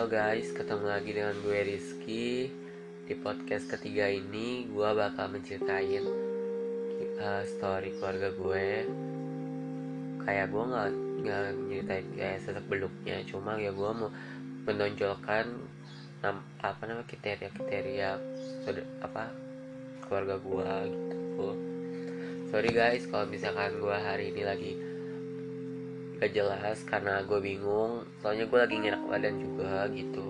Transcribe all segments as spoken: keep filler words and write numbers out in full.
Halo guys, ketemu lagi dengan gue Rizky. Di podcast ketiga ini gue bakal menceritain uh, story keluarga gue. Kayak gue gak, gak nyeritain kayak sesak beluknya, cuma ya gue mau menonjolkan nam, apa namanya kriteria-kriteria apa keluarga gue gitu. Sorry guys kalau misalkan gue hari ini lagi gak jelas karena gue bingung, soalnya gue lagi ngerak badan juga gitu.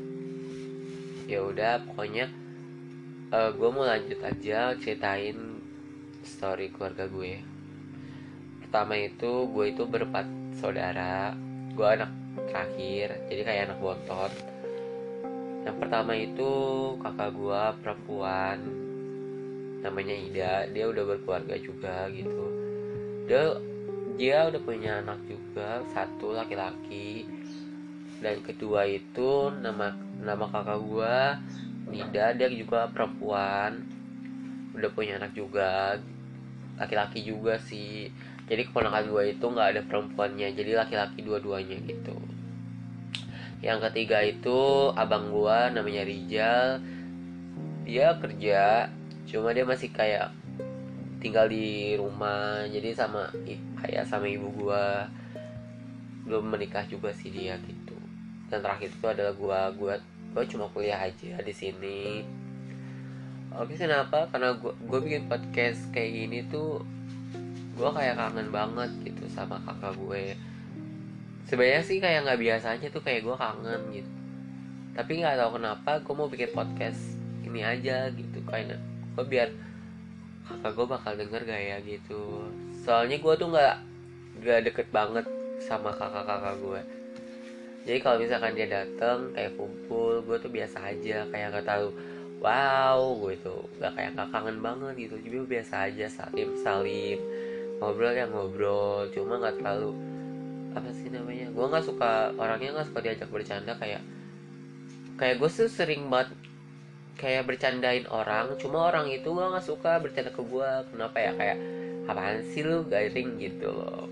Ya udah pokoknya uh, gue mau lanjut aja ceritain story keluarga gue. Pertama itu gue itu berempat saudara. Gue anak terakhir, jadi kayak anak bontot. Yang pertama itu kakak gue perempuan, namanya Ida. Dia udah berkeluarga juga gitu. Dia dia udah punya anak juga, satu laki-laki. Dan kedua itu nama nama kakak gue Nida, dia juga perempuan, udah punya anak juga, laki-laki juga sih. Jadi keponakan gue itu nggak ada perempuannya, jadi laki-laki dua-duanya gitu. Yang ketiga itu abang gue namanya Rijal. Dia kerja, cuma dia masih kayak tinggal di rumah, jadi sama kayak sama ibu gue, belum menikah juga sih dia gitu. Dan terakhir itu adalah gue gue gue cuma kuliah aja di sini. Oke, kenapa? Karena gue gue bikin podcast kayak gini tuh gue kayak kangen banget gitu sama kakak gue. Sebenarnya sih kayak nggak biasanya tuh kayak gue kangen gitu, tapi nggak tahu kenapa gue mau bikin podcast ini aja gitu, kayak gue biar kakak gue bakal denger gak ya gitu. Soalnya gue tuh nggak nggak deket banget sama kakak-kakak gue. Jadi kalau misalkan dia dateng kayak kumpul, gue tuh biasa aja, kayak nggak tahu wow gue tuh nggak kayak nggak kangen banget gitu. Jadi biasa aja, salim salim, ngobrol ya ngobrol, cuma nggak terlalu apa sih namanya, gue nggak suka, orangnya nggak suka diajak bercanda. Kayak kayak gue tuh sering banget kayak bercandain orang, cuma orang itu gue nggak suka bercanda ke gue. Kenapa ya, kayak apaan sih lu garing gitu loh.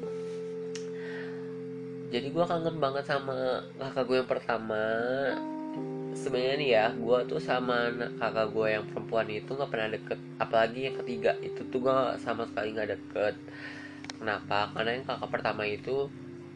Jadi gue kangen banget sama kakak gue yang pertama. Sebenarnya nih ya, gue tuh sama kakak gue yang perempuan itu nggak pernah deket, apalagi yang ketiga itu tuh gue sama sekali nggak deket. Kenapa? Karena yang kakak pertama itu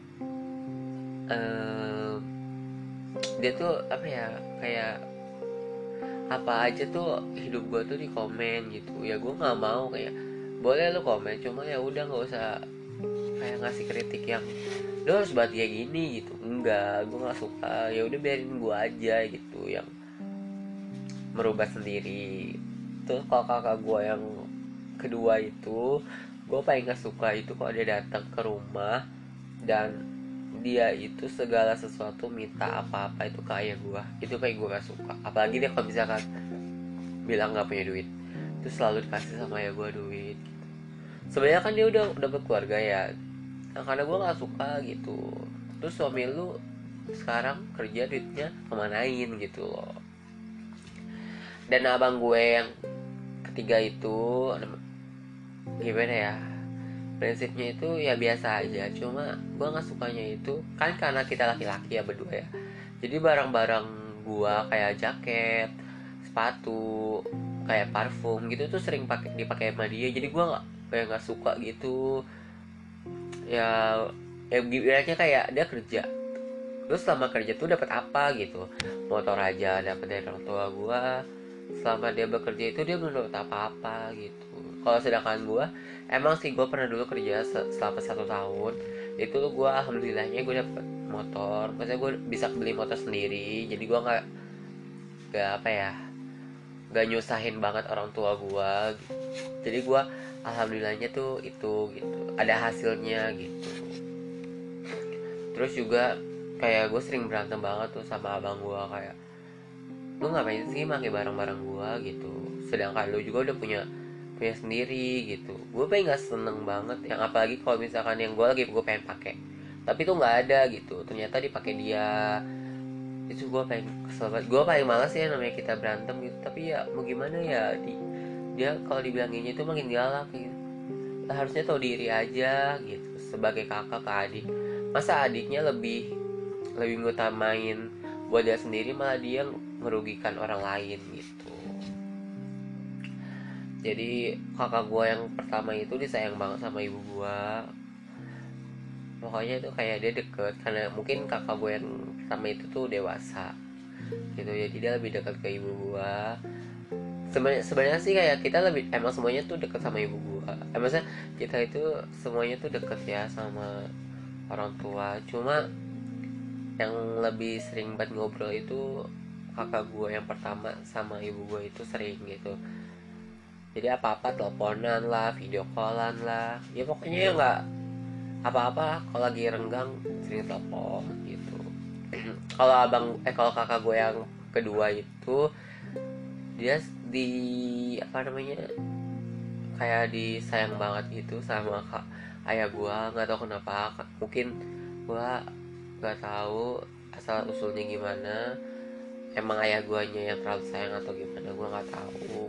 um, dia tuh apa ya, kayak apa aja tuh hidup gue tuh di komen gitu. Ya gue nggak mau, kayak boleh lu komen, cuma ya udah nggak usah kayak ngasih kritik yang lo harus buat kayak gini gitu. Enggak, gue nggak suka. Ya udah biarin gue aja gitu yang merubah sendiri. Terus kalau kakak gue yang kedua itu, gue paling nggak suka itu kalau dia datang ke rumah dan dia itu segala sesuatu minta apa-apa itu ke ayah gue. Itu kayak gue gak suka. Apalagi dia kalau misalkan bilang nggak punya duit, itu selalu dikasih sama ayah gue duit. Sebenarnya kan dia udah udah berkeluarga ya, nah, karena gue nggak suka gitu. Terus suami lu sekarang kerja, duitnya kemanain gitu loh. Dan abang gue yang ketiga itu gimana ya, prinsipnya itu ya biasa aja. Cuma gue nggak sukanya itu kan karena kita laki-laki ya berdua ya, jadi barang-barang gue kayak jaket, sepatu, kayak parfum gitu tuh sering pakai dipakai sama dia. Jadi gue nggak kayak nggak suka gitu ya. Ya bilangnya kayak dia kerja, terus selama kerja tuh dapat apa gitu, motor aja dapat dari orang tua gue. Selama dia bekerja itu dia belum dapat apa-apa gitu. Kalau sedangkan gue, emang sih gue pernah dulu kerja selama satu tahun. Itu gue alhamdulillahnya gue dapet motor, maksudnya gue bisa beli motor sendiri. Jadi gue nggak nggak apa ya, nggak nyusahin banget orang tua gue gitu. Jadi gue alhamdulillahnya tuh itu gitu, ada hasilnya gitu. Terus juga kayak gue sering berantem banget tuh sama abang gue, kayak lu ngapain sih pakai barang-barang gue gitu, sedangkan lu juga udah punya punya sendiri gitu. Gue pengen nggak seneng banget yang, apalagi kalau misalkan yang gue lagi gue pengen pakai tapi tuh nggak ada gitu, ternyata dipakai dia. Itu gue pengen kesel banget. Gue paling malas ya namanya kita berantem gitu, tapi ya mau gimana ya, di dia kalau dibilanginnya itu makin galak gitu. Harusnya tahu diri aja gitu sebagai kakak ke adik. Masa adiknya lebih lebih ngutamain buat dia sendiri malah dia merugikan orang lain gitu. Jadi kakak gue yang pertama itu disayang banget sama ibu gue. Pokoknya itu kayak dia deket karena mungkin kakak gue yang pertama itu tuh dewasa gitu, jadi dia lebih dekat ke ibu gue. Sebenarnya sebenarnya sih kayak kita lebih emang semuanya tuh deket sama ibu gue. Eh, maksudnya kita itu semuanya tuh deket ya sama orang tua. Cuma yang lebih sering banget ngobrol itu kakak gue yang pertama sama ibu gue itu sering gitu. Jadi apa-apa teleponan lah, video callan lah, ya pokoknya ya nggak apa-apa kalau lagi renggang sering telepon gitu. Kalau abang eh kalau kakak gue yang kedua itu dia di apa namanya kayak disayang banget gitu sama kak ayah gue, nggak tahu kenapa. Mungkin gue nggak tahu asal usulnya gimana, emang ayah guanya yang terlalu sayang atau gimana gue nggak tahu.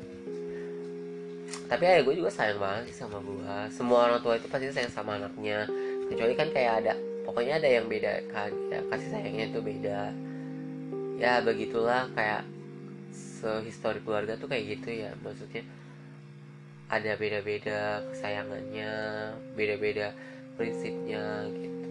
Tapi ayah gue juga sayang banget sih sama gue. Semua orang tua itu pasti sayang sama anaknya, kecuali kan kayak ada pokoknya ada yang beda kan ya, kasih sayangnya itu beda ya. Begitulah kayak sehistori keluarga tuh kayak gitu ya, maksudnya ada beda-beda kesayangannya, beda-beda prinsipnya gitu.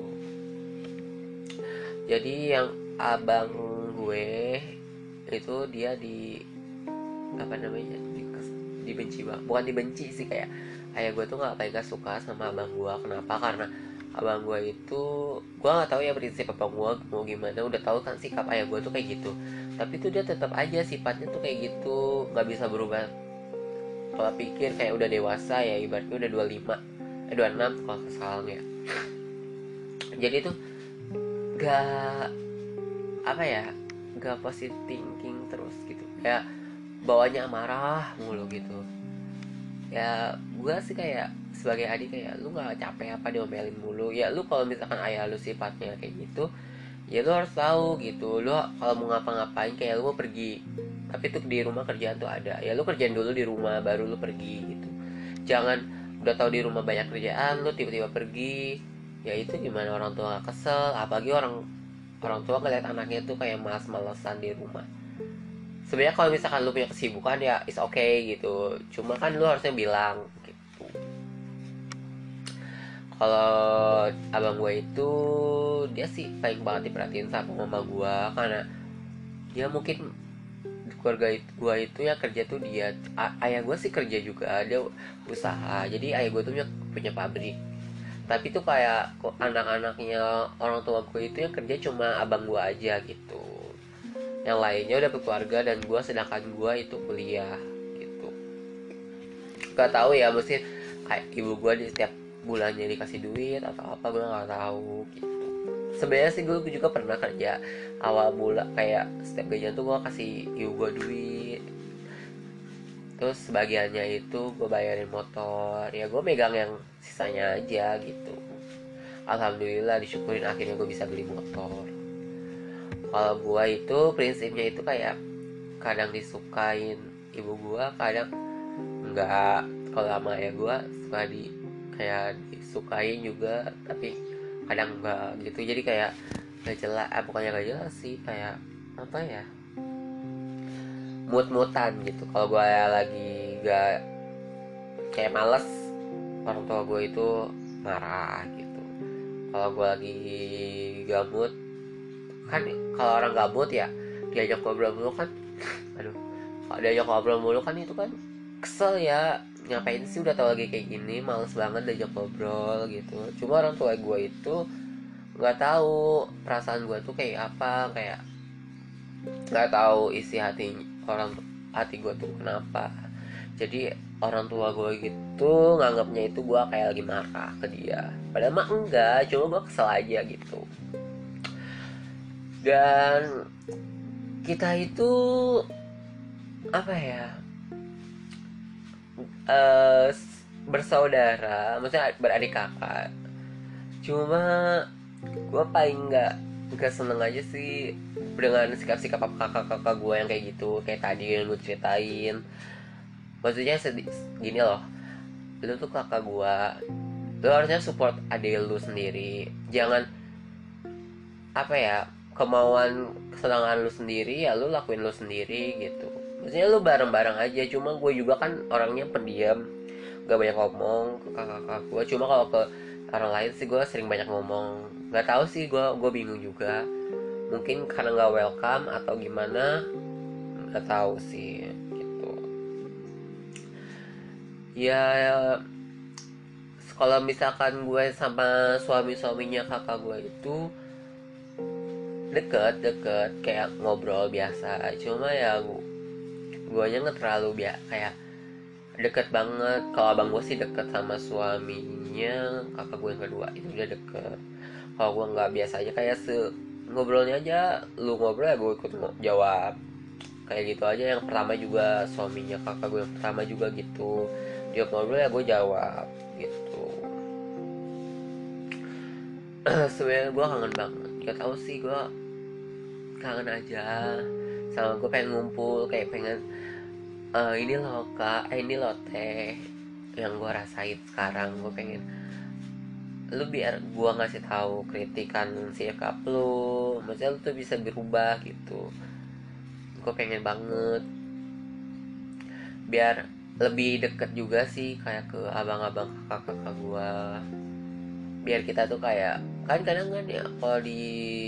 Jadi yang abang gue itu dia di apa namanya di, dibenci banget, bukan dibenci sih, kayak ayah gue tuh nggak kayak gak suka sama abang gue. Kenapa? Karena abang gue itu gue nggak tahu ya prinsip abang gue mau gimana, udah tahu kan sikap ayah gue tuh kayak gitu, tapi tuh dia tetap aja sifatnya tuh kayak gitu, nggak bisa berubah pola pikir. Kayak udah dewasa ya, ibaratnya udah dua puluh lima eh dua puluh enam kalau sekarang ya. Jadi tuh gak apa ya, gak positive thinking terus gitu, kayak bawanya amarah mulu gitu. Ya gue sih kayak sebagai adik kayak lu nggak capek apa diomelin mulu ya. Lu kalau misalkan ayah lu sifatnya kayak gitu ya lu harus tahu gitu. Lu kalau mau ngapa-ngapain kayak lu mau pergi tapi tuh di rumah kerjaan tuh ada ya, lu kerjain dulu di rumah baru lu pergi gitu. Jangan udah tahu di rumah banyak kerjaan lu tiba-tiba pergi, ya itu gimana orang tua gak kesel. Apalagi orang orang tua ngeliat anaknya tuh kayak malas-malesan di rumah. Sebenarnya kalau misalkan lu punya kesibukan ya is okay gitu, cuma kan lu harusnya bilang gitu. Kalau abang gue itu dia sih paling banget diperhatiin sama mama gue, karena dia mungkin keluarga gue itu ya kerja tuh dia A- ayah gue sih kerja juga, dia usaha. Jadi ayah gue tuh punya, punya pabrik, tapi tuh kayak kok anak-anaknya orang tua gue itu yang kerja cuma abang gue aja gitu, yang lainnya udah berkeluarga dan gue sedangkan gue itu kuliah gitu. Gak tahu ya, mesti kayak ibu gue di setiap bulannya dikasih duit atau apa gue nggak tahu gitu. Sebenarnya sih gue juga pernah kerja awal bulan, kayak setiap gajian tuh gue kasih ibu gue duit, terus sebagiannya itu gue bayarin motor, ya gue megang yang sisanya aja gitu. Alhamdulillah disyukurin akhirnya gue bisa beli motor. Kalau gue itu prinsipnya itu kayak kadang disukain ibu gue, kadang enggak. Kalau sama ayah gue suka di kayak disukain juga, tapi kadang enggak gitu. Jadi kayak gak jelas, eh, bukannya gak jelas sih, kayak apa ya, mut-mutan gitu. Kalau gue lagi gak kayak males, orang tua gue itu marah gitu. Kalau gue lagi gabut, kan kalau orang gabut ya diajak ngobrol mulu kan aduh, kalau diajak ngobrol mulu kan itu kan kesel ya, ngapain sih udah tau lagi kayak gini, males banget diajak ngobrol gitu. Cuma orang tua gue itu nggak tahu perasaan gue tuh kayak apa, kayak nggak tahu isi hati orang hati gue tuh kenapa. Jadi orang tua gue gitu nganggapnya itu gue kayak lagi marah ke dia, padahal mah enggak, cuma gue kesel aja gitu. Dan kita itu apa ya, uh, bersaudara, maksudnya beradik kakak. Cuma gue paling nggak nggak seneng aja sih dengan sikap-sikap kakak-kakak gue yang kayak gitu, kayak tadi yang gue ceritain. Maksudnya sedih gini loh, lu tuh kakak gue, lu harusnya support adik lu sendiri. Jangan apa ya, kemauan kesenangan lu sendiri, ya lu lakuin lu sendiri gitu. Maksudnya lu bareng-bareng aja. Cuma gue juga kan orangnya pendiam, gak banyak ngomong ke kakak-kakak gue. Cuma kalau ke orang lain sih gue sering banyak ngomong. Gak tahu sih, gue gue bingung juga. Mungkin karena nggak welcome atau gimana, nggak tahu sih gitu. Ya, kalau misalkan gue sama suami-suaminya kakak gue itu deket deket kayak ngobrol biasa. Cuma ya gue nya nggak terlalu biasa kayak deket banget. Kalau abang gue sih deket sama suaminya kakak gue yang kedua, itu udah deket. Kalau gue nggak, biasa aja kayak se ngobrolnya aja, lu ngobrol ya gue ikut jawab kayak gitu aja. Yang pertama juga suaminya kakak gue yang pertama juga gitu, dia ngobrol ya gue jawab gitu. Sebenarnya gue kangen banget, gak tau sih, gue kangen aja sama, gue pengen ngumpul kayak pengen uh, ini loh kak, eh, ini loh teh yang gue rasain sekarang. Gue pengen lu biar gue ngasih tahu kritikan sikap lu, maksudnya lu tuh bisa berubah gitu. Gue pengen banget biar lebih deket juga sih kayak ke abang-abang kakak-kakak gue. Biar kita tuh kayak, kan kadang kan ya kalau di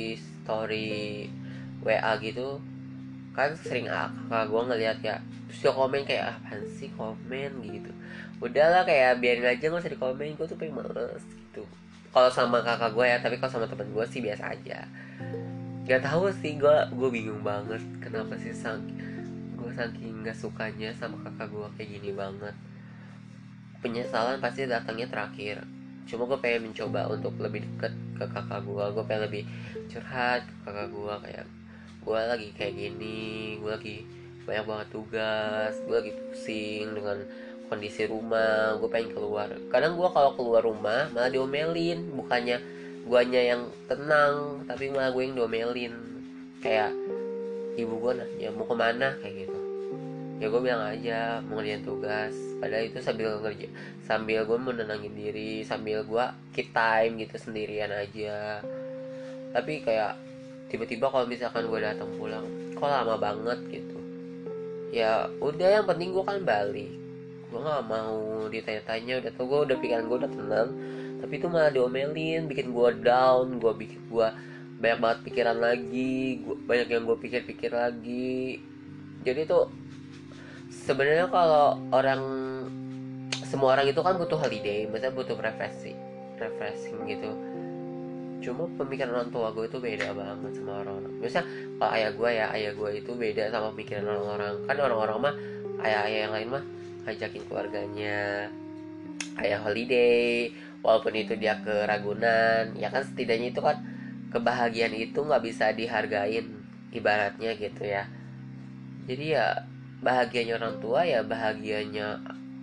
story W A gitu kan sering ah, kakak gue ngeliat ya, terus dia komen kayak apaan sih komen gitu. Udahlah kayak biarin aja, gak usah di komen, gue tuh pengen males gitu kalau sama kakak gue ya. Tapi kalau sama temen gue sih biasa aja. Gak tahu sih, gue gue bingung banget kenapa sih sang gue saking gak sukanya sama kakak gue kayak gini banget. Penyesalan pasti datangnya terakhir. Cuma gue pengen mencoba untuk lebih deket ke kakak gue. Gue pengen lebih curhat ke kakak gue kayak, gue lagi kayak gini, gue lagi banyak banget tugas, gue lagi pusing dengan kondisi rumah, gue pengen keluar. Kadang gue kalau keluar rumah malah diomelin, bukannya guanya yang tenang, tapi malah gue yang diomelin. Kayak ibu gue nanya mau kemana kayak gitu, ya gue bilang aja mau ngerjain tugas, padahal itu sambil ngerja sambil gue menenangin diri, sambil gue keep time gitu sendirian aja. Tapi kayak tiba-tiba kalau misalkan gue datang pulang kok lama banget gitu, ya udah yang penting gue kan balik. Gue nggak mau ditanya-tanya, udah tau gue udah pikiran gue udah tenang, tapi itu malah diomelin, bikin gue down. Gue bikin gue banyak banget pikiran lagi, gua, banyak yang gue pikir-pikir lagi. Jadi tuh sebenarnya kalau orang, semua orang itu kan butuh holiday, maksudnya butuh refreshing refreshing gitu. Cuma pemikiran orang tua gue itu beda banget sama orang-orang. Misalnya kalau ayah gue ya, ayah gue itu beda sama pemikiran orang-orang. Kan orang-orang mah, ayah-ayah yang lain mah ngajakin keluarganya ayah holiday, walaupun itu dia ke Ragunan, ya kan setidaknya itu kan kebahagiaan itu nggak bisa dihargain ibaratnya gitu ya. Jadi ya bahagianya orang tua ya bahagianya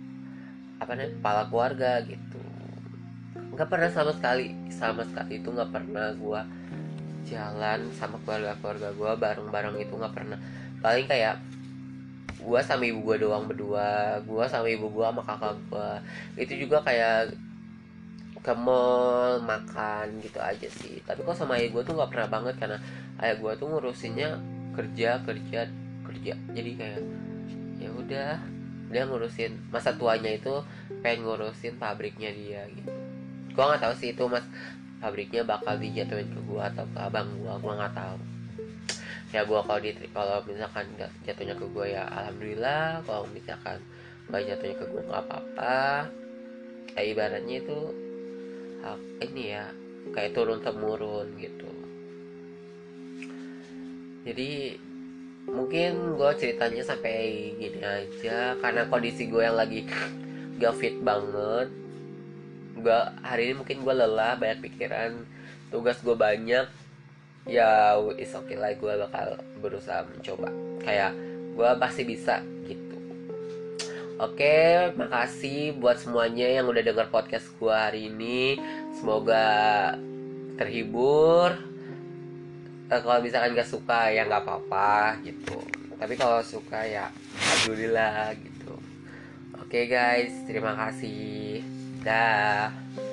apa namanya kepala keluarga gitu. Nggak pernah sama sekali sama sekali itu nggak pernah gue jalan sama keluarga-keluarga gue bareng-bareng, itu nggak pernah. Paling kayak gue sama ibu gue doang berdua, gue sama ibu gue sama kakak gue itu juga kayak ke mall makan gitu aja sih. Tapi kok sama ayah gue tuh nggak pernah banget, karena ayah gue tuh ngurusinnya kerja kerja kerja. Jadi kayak ya udah, dia ngurusin masa tuanya itu, pengen ngurusin pabriknya dia gitu. Gue nggak tahu sih itu mas pabriknya bakal dijatuhin ke gue atau ke abang gue, gue nggak tahu. Ya gue kalau di kalau misalkan nggak jatuhnya ke gue ya alhamdulillah, kalau misalkan nggak jatuhnya ke gue nggak apa-apa. Kayak ibaratnya itu hak ini ya, kayak turun temurun gitu. Jadi mungkin gue ceritanya sampai gini aja karena kondisi gue yang lagi gak fit banget. Gue hari ini mungkin gue lelah, banyak pikiran, tugas gue banyak. Ya is okay lah, gue bakal berusaha mencoba, kayak gue pasti bisa gitu. Oke, makasih buat semuanya yang udah denger podcast gue hari ini. Semoga terhibur. eh, Kalau misalkan gak suka ya gak apa-apa gitu, tapi kalau suka ya alhamdulillah gitu. Oke guys, terima kasih. Dah.